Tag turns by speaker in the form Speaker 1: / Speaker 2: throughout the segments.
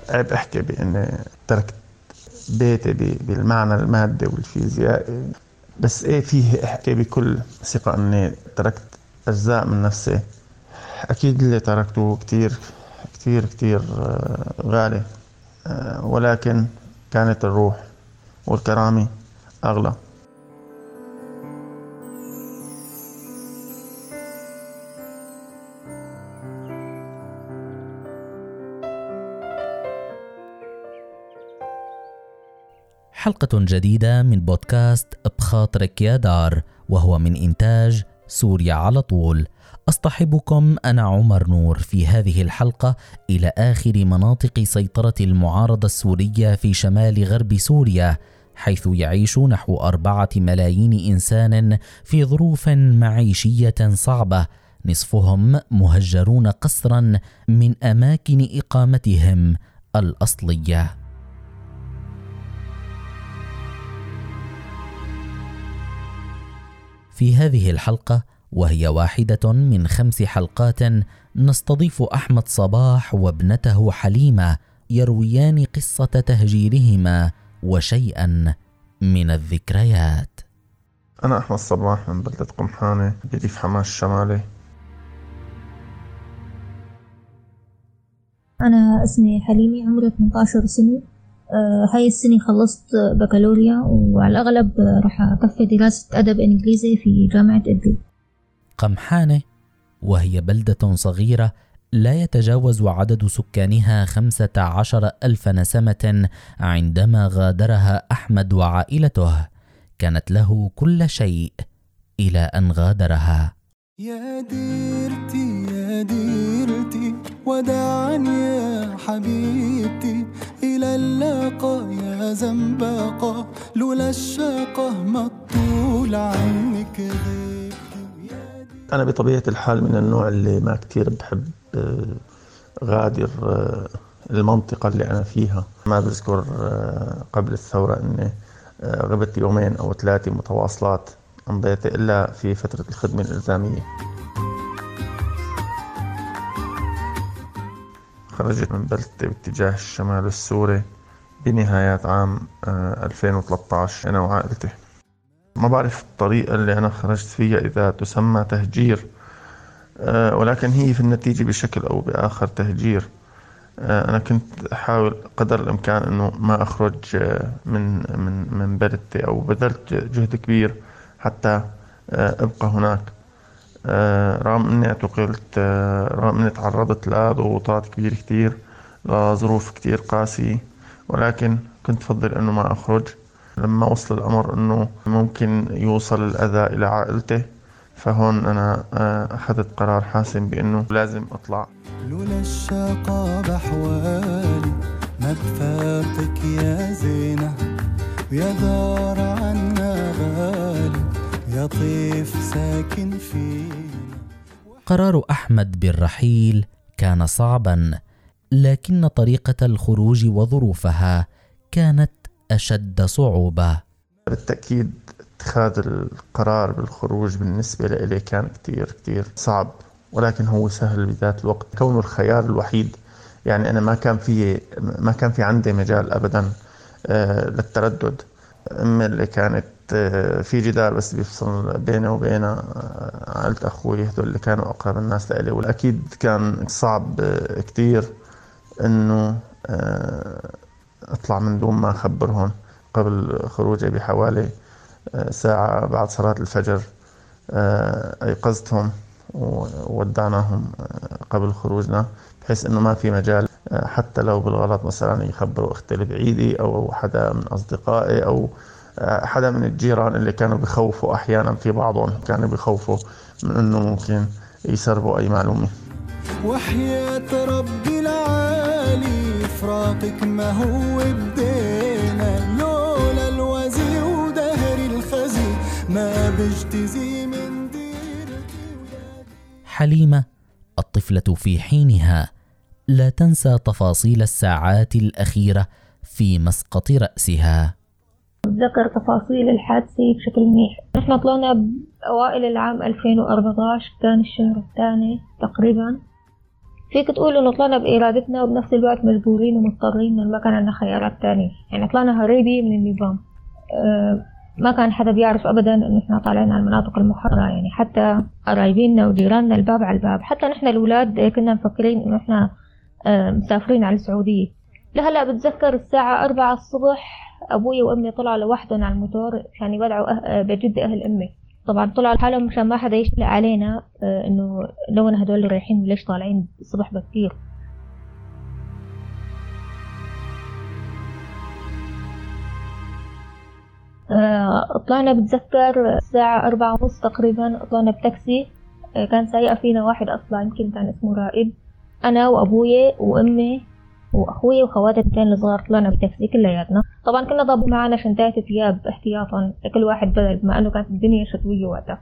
Speaker 1: عيب أحكي بأني تركت بيتي بالمعنى المادي والفيزيائي، بس فيه أحكي بكل ثقة أني تركت أجزاء من نفسي. أكيد اللي تركته كتير كتير كتير غالي، ولكن كانت الروح والكرامة أغلى.
Speaker 2: حلقة جديدة من بودكاست بخاطرك يا دار، وهو من إنتاج سوريا على طول. أصطحبكم أنا عمر نور في هذه الحلقة إلى آخر مناطق سيطرة المعارضة السورية في شمال غرب سوريا، حيث يعيش نحو 4 ملايين إنسان في ظروف معيشية صعبة، نصفهم مهجرون قسرا من أماكن إقامتهم الأصلية. في هذه الحلقة، وهي واحدة من 5 حلقات، نستضيف أحمد صباح وابنته حليمة يرويان قصة تهجيرهما وشيئا من الذكريات.
Speaker 1: أنا أحمد صباح من بلدة قمحانة بريف حماس الشمالي.
Speaker 3: أنا اسمي حليمي، عمري 18 سنة. هاي السنة خلصت بكالوريا، وعلى الأغلب رح أكفي دراسة أدب إنجليزي في جامعة إدلب.
Speaker 2: قمحانة وهي بلدة صغيرة لا يتجاوز عدد سكانها 15,000 نسمة. عندما غادرها أحمد وعائلته كانت له كل شيء إلى أن غادرها.
Speaker 4: يا ديرتي يا ديرتي وداعا يا حبيبتي، إلى اللقاء يا زنبقة، لولا الشاقة ما الطول عنك غيبتي.
Speaker 1: أنا بطبيعة الحال من النوع اللي ما كتير بحب غادر المنطقة اللي أنا فيها. ما بذكر قبل الثورة أني غبت 2 أو 3 متواصلات أمضيت إلا في فترة الخدمة الإلزامية. خرجت من بلدتي باتجاه الشمال السوري بنهاية عام 2013 أنا وعائلتي. ما بعرف الطريقة اللي أنا خرجت فيها إذا تسمى تهجير، ولكن هي في النتيجة بشكل أو بآخر تهجير. أنا كنت أحاول قدر الإمكان أنه ما أخرج من بلدتي، أو بذلت جهد كبير حتى أبقى هناك، رغم أني اعتقلت، رغم أني تعرضت لضغوطات كبيرة كتير، لظروف كتير قاسية، ولكن كنت أفضل أنه ما أخرج. لما وصل الأمر أنه ممكن يوصل الأذى إلى عائلتي، فهون أنا أخذت قرار حاسم بأنه لازم أطلع.
Speaker 4: لولا الشاقة بحوالي ما بفارقك يا زينة، ويا دار عنا غالي يا طيف ساكن فينا.
Speaker 2: قرار أحمد بالرحيل كان صعبا، لكن طريقة الخروج وظروفها كانت أشد صعوبة.
Speaker 1: بالتأكيد اتخاذ القرار بالخروج بالنسبة لي كان كتير كتير صعب، ولكن هو سهل بذات الوقت، كونه الخيار الوحيد. يعني أنا ما كان في عندي مجال أبدا للتردد. أمي اللي كانت في جدار بس بيفصل بيني وبين عائلة أخوي، هذول اللي كانوا أقرب الناس لإلي، والأكيد كان صعب كتير إنه أطلع من دون ما أخبرهم. قبل خروجي بحوالي ساعة بعد صلاة الفجر أيقظتهم وودعناهم قبل خروجنا، بحيث إنه ما في مجال حتى لو بالغلط مثلا يخبروا أختي بعيدي أو حدا من أصدقائي أو حدا من الجيران اللي كانوا بيخوفوا. أحيانا في بعضهم كانوا بيخوفوا من إنه ممكن يسربوا أي معلومة.
Speaker 4: وحياة ربي العالي فراقك ما هو بدينا، لولا الوزي ودهر الخزي ما بجتزي من ديرتي.
Speaker 2: حليمة الطفلة في حينها لا تنسى تفاصيل الساعات الأخيرة في مسقط رأسها.
Speaker 3: أتذكر تفاصيل الحادثة بشكل منيح. نحن طلعنا بأوائل العام 2014، كان الشهر الثاني تقريبا. فيك تقول إنه طلعنا بإرادتنا وبنفس الوقت مجبورين ومضطرين، إنه ما كان عندنا خيارات تانية. يعني طلعنا هريبي من النظام. ما كان حدا بيعرف أبدا إنه إحنا طالعين على المناطق المحررة. يعني حتى قرايبيننا وجيراننا الباب على الباب، حتى نحن الأولاد كنا مفكرين إنه إحنا مسافرين على السعودية. لهلا بتذكر الساعة 4 الصبح أبوي وأمي طلعوا لوحدهم على الموتور عشان يودعوا بجد أهل أمي. طبعا طلعوا لحالهم مشان ما حدا يشلق علينا إنه لون هدول رايحين وليش طالعين الصبح بكير. طلعنا بتذكر الساعة 4:30 تقريبا، طلعنا بتاكسي. كان سايق فينا واحد أصلا يمكن كان اسمه رائد. أنا وأبوي وأمي وأخوي وخواتي 2 الصغار طلعنا بتاكسي كلياتنا. طبعا كنا ضابطين معنا شنطات ثياب احتياطا كل واحد بدل، بما أنه كانت الدنيا شتوية وقتها.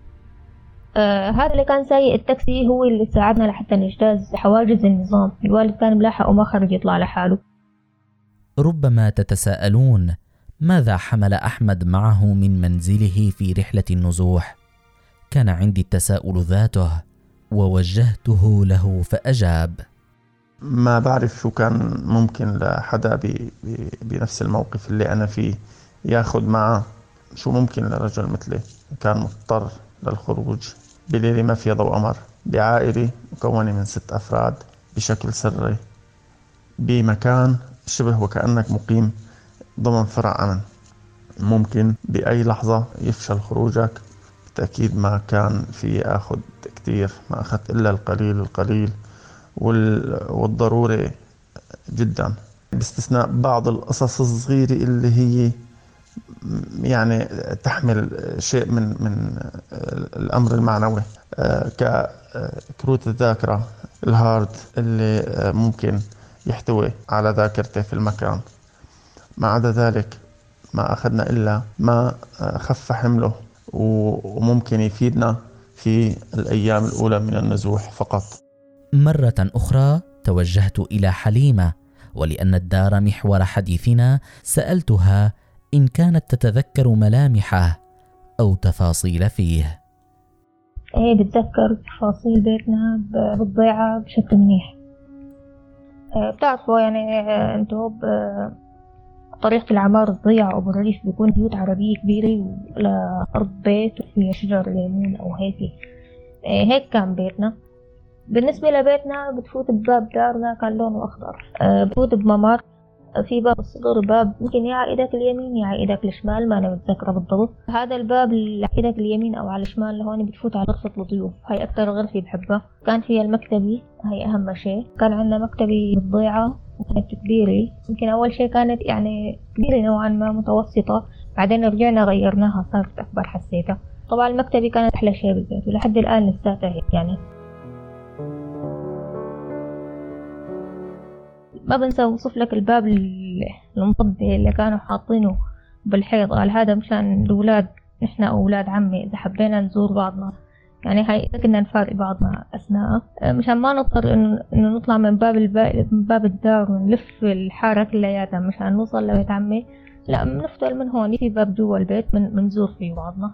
Speaker 3: هذا اللي كان سايق التاكسي هو اللي ساعدنا لحتى نجتاز حواجز النظام. الوالد كان ملاحق وما خرج يطلع لحاله.
Speaker 2: ربما تتساءلون ماذا حمل أحمد معه من منزله في رحلة النزوح؟ كان عندي التساؤل ذاته ووجهته له فأجاب:
Speaker 1: ما بعرف شو كان ممكن لحدا بنفس الموقف اللي أنا فيه ياخد معه. شو ممكن لرجل مثلي كان مضطر للخروج بليلة ما فيها ضوء قمر، بعائلة مكونة من 6 أفراد بشكل سري، بمكان شبه وكأنك مقيم ضمن فرع أمن، ممكن بأي لحظة يفشل خروجك. بالتأكيد ما كان في أخذ كتير، ما أخذت إلا القليل والضروري جدا، باستثناء بعض القصص الصغيرة اللي هي يعني تحمل شيء من الأمر المعنوي، ككروت الذاكرة الهارد اللي ممكن يحتوي على ذاكرته في المكان. ما عدا ذلك ما أخذنا إلا ما خف حمله وممكن يفيدنا في الأيام الأولى من النزوح فقط.
Speaker 2: مرة أخرى توجهت إلى حليمة، ولأن الدار محور حديثنا سألتها إن كانت تتذكر ملامحه أو تفاصيل فيه.
Speaker 3: إيه، بتذكر تفاصيل بيتنا بالضيعة بشكل منيح. بتعرفوا يعني انتو طريقة العمار الضيعة أو بالريف بيكون بيوت عربية كبيرة ولا أرض بيت وفيها شجر ليمون أو هيك كان بيتنا. بالنسبة لبيتنا بتفوت بباب دارنا كان لونه أخضر، بتفوت بممر في باب الصدر، باب يمكن يا على إيدك اليمين يا على إيدك الشمال، ما أنا متذكرة بالضبط. هذا الباب اللي على إيدك اليمين أو على الشمال لهون بتفوت على غرفة الضيوف، هاي أكتر غرفة بحبها. كان فيها المكتبة، هاي أهم شيء. كان عندنا مكتبة بالضيعة وكانت كبيرة، يمكن أول شيء كانت يعني كبيرة نوعا ما متوسطة، بعدين رجعنا غيرناها صارت أكبر حسيتها. طبعا المكتبة كانت أحلى شيء بالبيت ولحد الآن لساتها هيك. يعني ما بنسى أوصف لك الباب المطبق اللي كانوا حاطينه بالحيط، قال هذا مشان الأولاد، نحن أولاد عمي إذا حبينا نزور بعضنا، يعني هاي إذا كنا نفارق بعضنا أثناء، مشان ما نضطر إنه نطلع من باب الدار ونلف الحارة كلياتها مشان نوصل لبيت عمي، لا بنفتل من هون في باب جوا البيت منزور فيه بعضنا.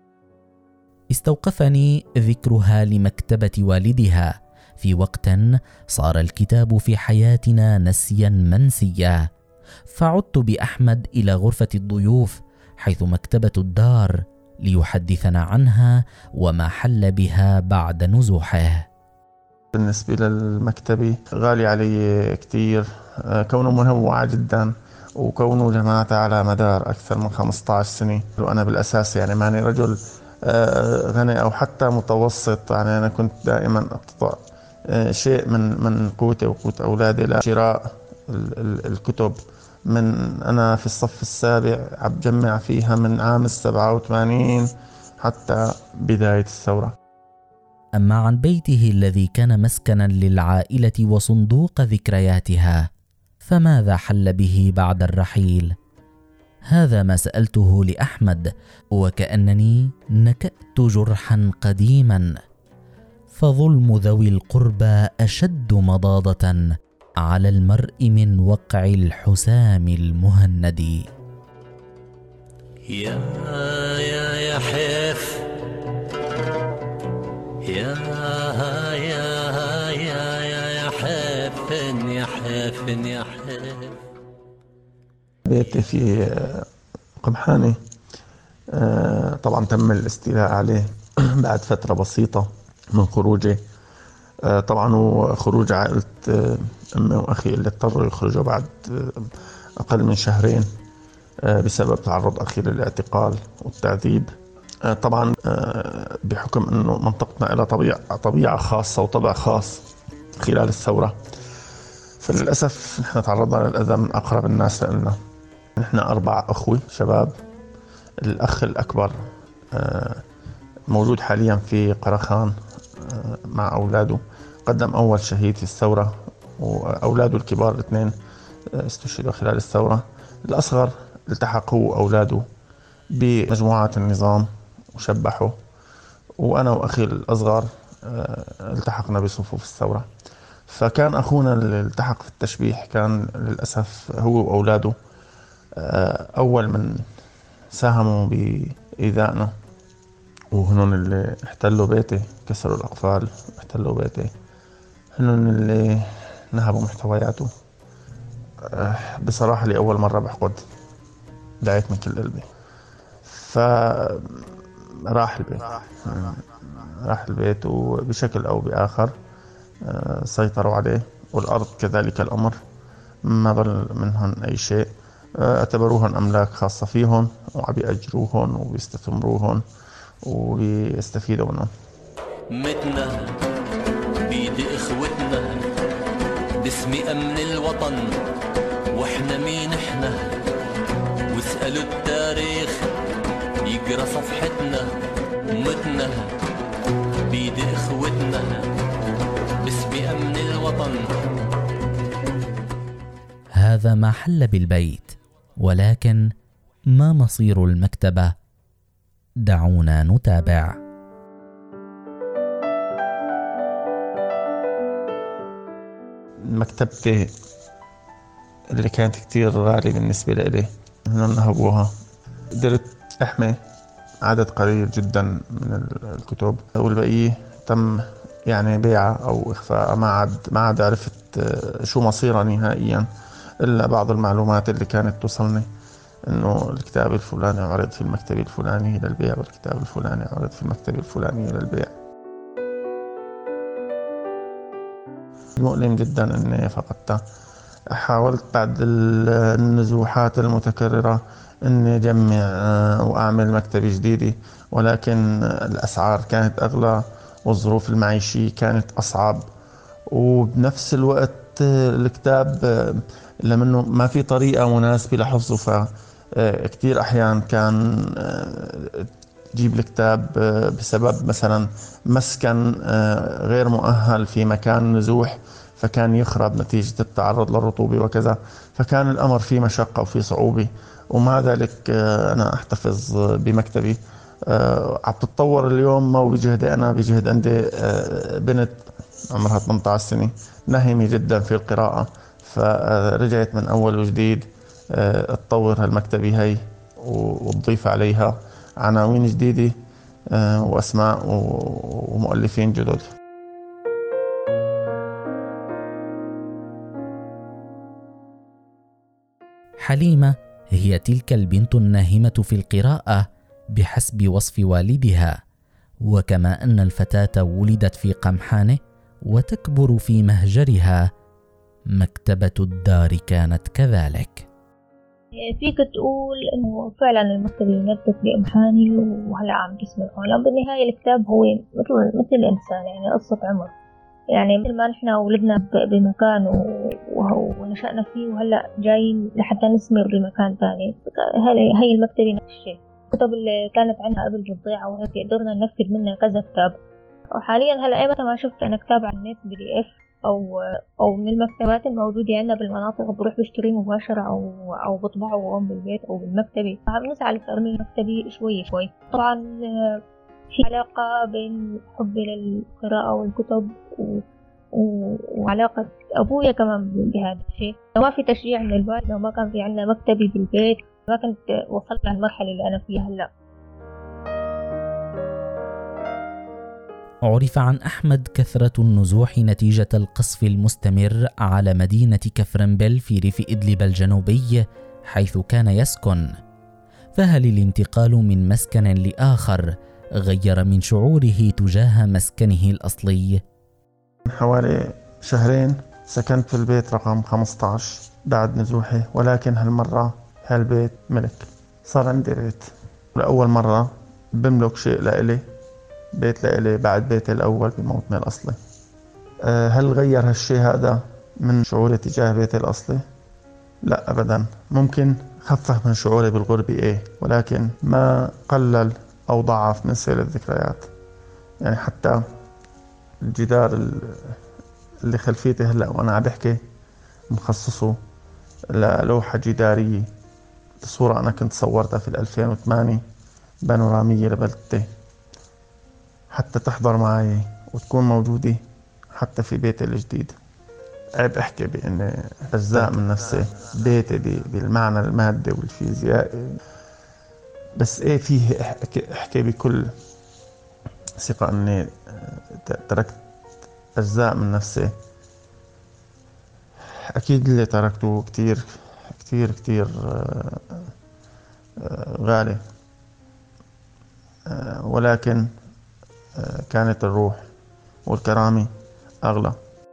Speaker 2: استوقفني ذكرها لمكتبة والدها في وقت صار الكتاب في حياتنا نسيا منسيا، فعدت بأحمد إلى غرفة الضيوف حيث مكتبة الدار ليحدثنا عنها وما حل بها بعد نزوحه.
Speaker 1: بالنسبة للمكتبة غالي علي كتير، كونه منوعة جدا وكونه جمعتها على مدار أكثر من 15 سنة، وأنا بالأساس يعني ماني رجل غني أو حتى متوسط. يعني أنا كنت دائما أقتطع شيء من قوتي وقوت أولادي لشراء الكتب. من أنا في الصف السابع عم جمع فيها من عام 87 حتى بداية الثورة.
Speaker 2: أما عن بيته الذي كان مسكنا للعائلة وصندوق ذكرياتها، فماذا حل به بعد الرحيل؟ هذا ما سألته لأحمد، وكأنني نكأت جرحا قديما، فظلم ذوي القربى أشد مضاضة على المرء من وقع الحسام المهند.
Speaker 5: يا حيف يا
Speaker 1: بيتي في قمحانة. طبعا تم الاستيلاء عليه بعد فترة بسيطة من خروجي. طبعا وخروج عائلة أمي وأخي اللي اضطروا يخرجوا بعد أقل من شهرين بسبب تعرض أخي للاعتقال والتعذيب. طبعا بحكم أنه منطقتنا إلى طبيعة خاصة وطبع خاص خلال الثورة، فللأسف نحن تعرضنا للأذى من أقرب الناس لنا. نحن 4 أخوة شباب. الأخ الأكبر موجود حاليا في قرخان مع أولاده، قدم أول شهيد في الثورة، وأولاده الكبار 2 استشهدوا خلال الثورة. الأصغر التحق هو وأولاده بمجموعات النظام وشبحوا، وأنا وأخي الأصغر التحقنا بصفوف الثورة. فكان أخونا اللي التحق في التشبيح كان للأسف هو وأولاده أول من ساهموا بإيذائنا، وهنون اللي احتلوا بيتي، كسروا الأقفال، احتلوا بيتي، هنون اللي نهبوا محتوياته. بصراحة لأول مرة بحقد، دعيت من كل قلبي. راح البيت وبشكل أو بآخر سيطروا عليه، والأرض كذلك الأمر، ما ظل منهم أي شيء. اعتبروهن أملاك خاصة فيهم، وبيأجروهن وبيستثمروهن وبيستفيدوا منهم.
Speaker 5: متنا بيد إخوتنا باسم أمن الوطن، وإحنا مين إحنا؟ واسألوا التاريخ يقرأ صفحتنا. متنا بيد إخوتنا باسم أمن الوطن.
Speaker 2: هذا ما حل بالبيت، ولكن ما مصير المكتبة؟ دعونا نتابع.
Speaker 1: مكتبتي اللي كانت كتير غالية بالنسبة لي هنا نهبوها. قدرت أحمي عدد قليل جدا من الكتب، والبقية تم يعني بيعها أو إخفاء. ما عاد عرفت شو مصيرها نهائيا، إلا بعض المعلومات اللي كانت توصلني إنه الكتاب الفلاني عرض في المكتبة الفلاني للبيع، والكتاب الفلاني عرض في المكتبة الفلانية للبيع. المؤلم جدا إني فقدتها. حاولت بعد النزوحات المتكررة إني أجمع وأعمل مكتبة جديدة، ولكن الأسعار كانت أغلى والظروف المعيشية كانت أصعب، وبنفس الوقت الكتاب لأنه ما في طريقة مناسبة لحفظه، فكتير أحيان كان تجيب الكتاب بسبب مثلا مسكن غير مؤهل في مكان نزوح، فكان يخرب نتيجة التعرض للرطوبة وكذا، فكان الأمر فيه مشقة وفيه صعوبة. ومع ذلك أنا أحتفظ بمكتبي. عم تتطور اليوم، ما بجهدي أنا، بجهد عندي بنت عمرها 18 سنة نهمة جدا في القراءة، فرجعت من أول وجديد تطور هالمكتبة هي وتضيف عليها عناوين جديدة وأسماء ومؤلفين جدد.
Speaker 2: حليمة هي تلك البنت الناهمة في القراءة بحسب وصف والدها، وكما أن الفتاة ولدت في قمحانة وتكبر في مهجرها، مكتبة الدار كانت كذلك.
Speaker 3: فيك تقول إنه فعلا المكتبة نبتت بإمحاني وهلأ عم تسمع. لأن بالنهاية الكتاب هو مثل الإنسان، يعني قصة عمر، يعني مثل ما نحن ولدنا بمكان ونشأنا فيه، وهلأ جايين لحتى نسمر بمكان ثاني. هاي المكتبة نفس الشيء. الكتب اللي كانت عندنا قبل بالضيعة وهيك قدرنا ننفذ منها كذا كتاب. وحاليا هلأ أي متى ما شفت أنا كتاب على النت PDF أو من المكتبات الموجودة عندنا بالمناطق، بروح بشتريه مباشرة أو بطبعه وأقوم بالبيت أو بالمكتبة. عم نسعى لتأمين المكتبة شوي. طبعا في علاقة بين حبي للقراءة والكتب وعلاقة أبويا كمان بهذا الشيء. لو ما في تشجيع من الوالد، لو ما كان في عندنا مكتبة بالبيت، ما كنت وصلت للمرحلة اللي أنا فيها هلأ.
Speaker 2: عرف عن أحمد كثرة النزوح نتيجة القصف المستمر على مدينة كفرنبل في ريف إدلب الجنوبي حيث كان يسكن، فهل الانتقال من مسكن لآخر غير من شعوره تجاه مسكنه الأصلي؟
Speaker 1: من حوالي شهرين سكنت في البيت رقم 15 بعد نزوحي، ولكن هالمرة هالبيت ملك، صار عندي بيت لأول مرة بملك شيء لإلي، بيت لإلي بعد بيتي الأول بموطني الأصلي. هل غير هالشيء هذا من شعوري تجاه بيتي الأصلي؟ لا أبدا. ممكن خفف من شعوري بالغربة ولكن ما قلل أو ضعف من سيل الذكريات. يعني حتى الجدار اللي خلفيتي هلأ وأنا عم بحكي مخصصه للوحة جدارية لصورة أنا كنت صورتها في 2008 بانورامية لبلدتي، حتى تحضر معي وتكون موجودة حتى في بيتي الجديد. عيب أحكي بأن أجزاء من نفسي بيتي بالمعنى المادي والفيزيائي، بس فيه أحكي بكل ثقة أني تركت أجزاء من نفسي. أكيد اللي تركته كتير كتير كتير غالي، ولكن كانت الروح والكرامة أغلى.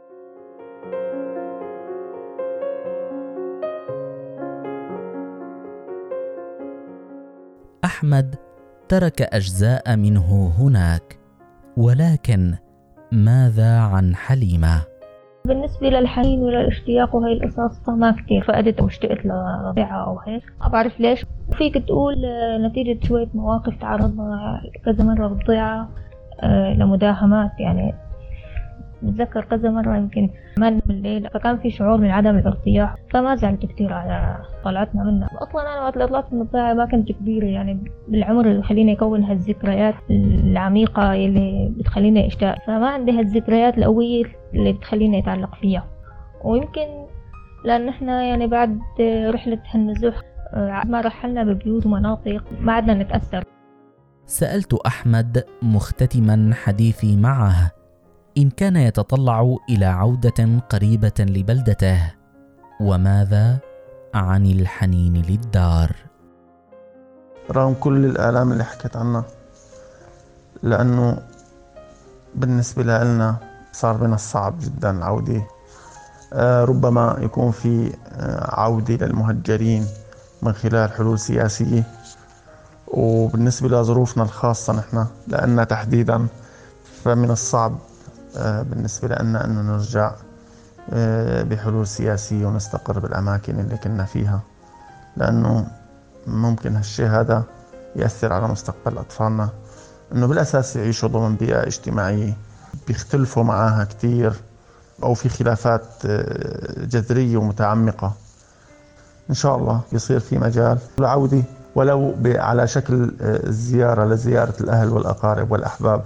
Speaker 2: أحمد ترك أجزاء منه هناك، ولكن ماذا عن حليمة؟
Speaker 3: بالنسبة للحنين وللاشتياق وهي القصص فما كتير فقدت أو اشتقت لرضيعة أو هيك، ما بعرف ليش. وفيك تقول نتيجة شوية مواقف تعرضنا كذا مرة بالضيعة لمداهمات. يعني بتذكر كذا مرة يمكن ما ننام الليل، فكان في شعور من عدم الارتياح، فما زعلت كتير على طلعتنا منها. أصلا أنا وقت طلعت من الضيعة ما كنت كبيرة، يعني بالعمر اللي يخليني أكون هالذكريات العميقة اللي بتخليني أشتاق، فما عندي هالذكريات القوية اللي بتخليني أتعلق فيها. ويمكن لأن إحنا يعني بعد رحلة هالنزوح ما رحلنا ببيوت ومناطق ما عدنا نتأثر.
Speaker 2: سألت أحمد مختتما حديثي معه إن كان يتطلع إلى عودة قريبة لبلدته، وماذا عن الحنين للدار؟
Speaker 1: رغم كل الآلام اللي حكيت عنها، لأنه بالنسبة لنا صار من الصعب جدا العودة. ربما يكون في عودة للمهجرين من خلال حلول سياسية، وبالنسبة لظروفنا الخاصة نحن لأننا تحديدا فمن الصعب بالنسبة لنا أنه نرجع بحلول سياسية ونستقر بالأماكن اللي كنا فيها، لأنه ممكن هالشيء هذا يأثر على مستقبل أطفالنا، أنه بالأساس يعيشوا ضمن بيئة اجتماعية بيختلفوا معاها كتير أو في خلافات جذرية ومتعمقة. إن شاء الله يصير في مجال لعودة ولو على شكل الزيارة لزيارة الأهل والأقارب والأحباب.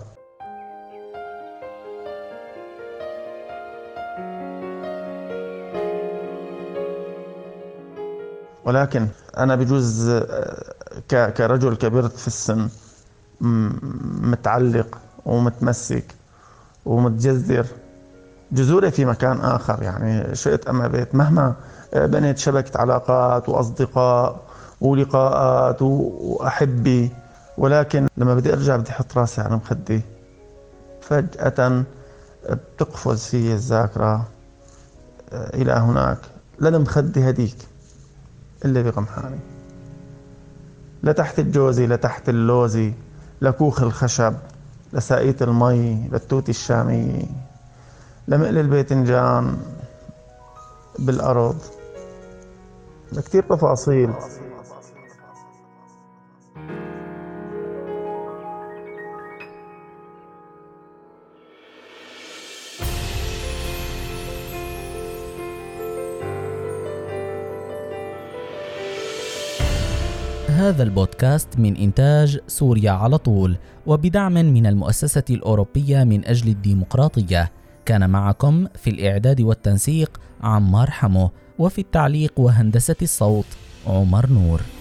Speaker 1: ولكن أنا بجوز كرجل كبرت في السن متعلق ومتمسك ومتجذر، جذوري في مكان آخر. يعني شئت أما بيت، مهما بنيت شبكة علاقات وأصدقاء ولقاءات وأحبي، ولكن لما بدي أرجع بدي أحط راسي على مخدي فجأة بتقفز في الذاكرة إلى هناك، للمخدي هديك اللي بقمحاني، لتحت الجوزي، لتحت اللوزي، لكوخ الخشب، لساقية المي، للتوت الشامية، لمقل الباذنجان بالأرض، لكتير تفاصيل.
Speaker 2: هذا البودكاست من إنتاج سوريا على طول، وبدعم من المؤسسة الأوروبية من أجل الديمقراطية. كان معكم في الإعداد والتنسيق عمار حمو، وفي التعليق وهندسة الصوت عمر نور.